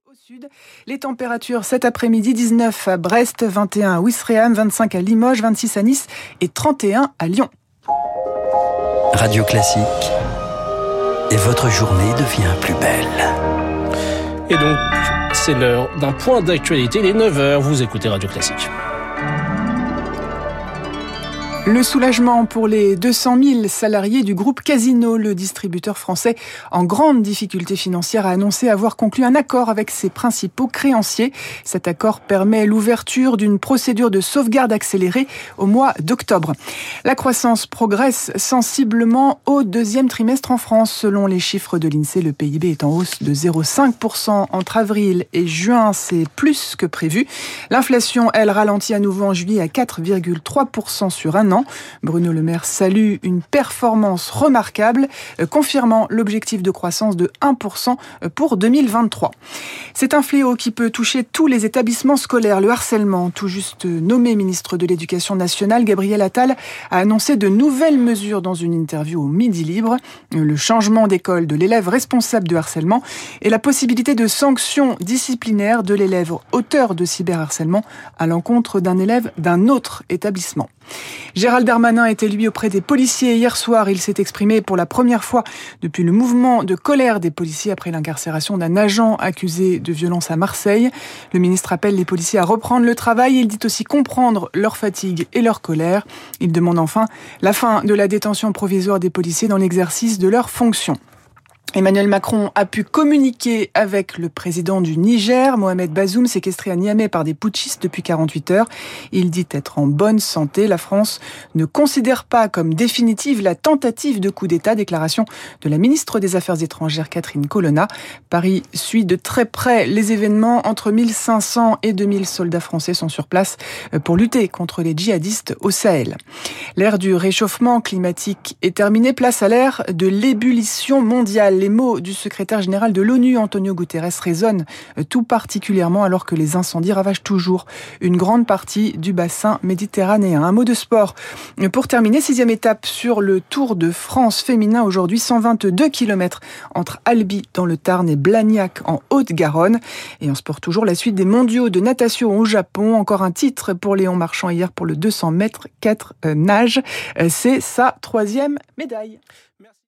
Au sud, les températures cet après-midi, 19 à Brest, 21 à Ouistreham, 25 à Limoges, 26 à Nice et 31 à Lyon. Radio Classique. Et votre journée devient plus belle. Et donc, c'est l'heure d'un point d'actualité, les 9h, vous écoutez Radio Classique. Le soulagement pour les 200 000 salariés du groupe Casino. Le distributeur français en grande difficulté financière a annoncé avoir conclu un accord avec ses principaux créanciers. Cet accord permet l'ouverture d'une procédure de sauvegarde accélérée au mois d'octobre. La croissance progresse sensiblement au deuxième trimestre en France. Selon les chiffres de l'INSEE, le PIB est en hausse de 0,5% entre avril et juin. C'est plus que prévu. L'inflation, elle, ralentit à nouveau en juillet à 4,3% sur un an. Bruno Le Maire salue une performance remarquable, confirmant l'objectif de croissance de 1% pour 2023. C'est un fléau qui peut toucher tous les établissements scolaires. Le harcèlement, tout juste nommé ministre de l'Éducation nationale, Gabriel Attal a annoncé de nouvelles mesures dans une interview au Midi Libre. Le changement d'école de l'élève responsable de harcèlement et la possibilité de sanctions disciplinaires de l'élève auteur de cyberharcèlement à l'encontre d'un élève d'un autre établissement. Gérald Darmanin était lui auprès des policiers hier soir. Il s'est exprimé pour la première fois depuis le mouvement de colère des policiers après l'incarcération d'un agent accusé de violence à Marseille. Le ministre appelle les policiers à reprendre le travail. Il dit aussi comprendre leur fatigue et leur colère. Il demande enfin la fin de la détention provisoire des policiers dans l'exercice de leurs fonctions. Emmanuel Macron a pu communiquer avec le président du Niger, Mohamed Bazoum, séquestré à Niamey par des putschistes depuis 48 heures. Il dit être en bonne santé. La France ne considère pas comme définitive la tentative de coup d'État, déclaration de la ministre des Affaires étrangères Catherine Colonna. Paris suit de très près les événements. Entre 1500 et 2000 soldats français sont sur place pour lutter contre les djihadistes au Sahel. L'ère du réchauffement climatique est terminée. Place à l'ère de l'ébullition mondiale. Les mots du secrétaire général de l'ONU, Antonio Guterres, résonnent tout particulièrement alors que les incendies ravagent toujours une grande partie du bassin méditerranéen. Un mot de sport. Pour terminer, 6e étape sur le Tour de France féminin. Aujourd'hui, 122 km entre Albi dans le Tarn et Blagnac en Haute-Garonne. Et en sport toujours, la suite des mondiaux de natation au Japon. Encore un titre pour Léon Marchand hier pour le 200 mètres 4 nage. C'est sa 3e médaille. Merci.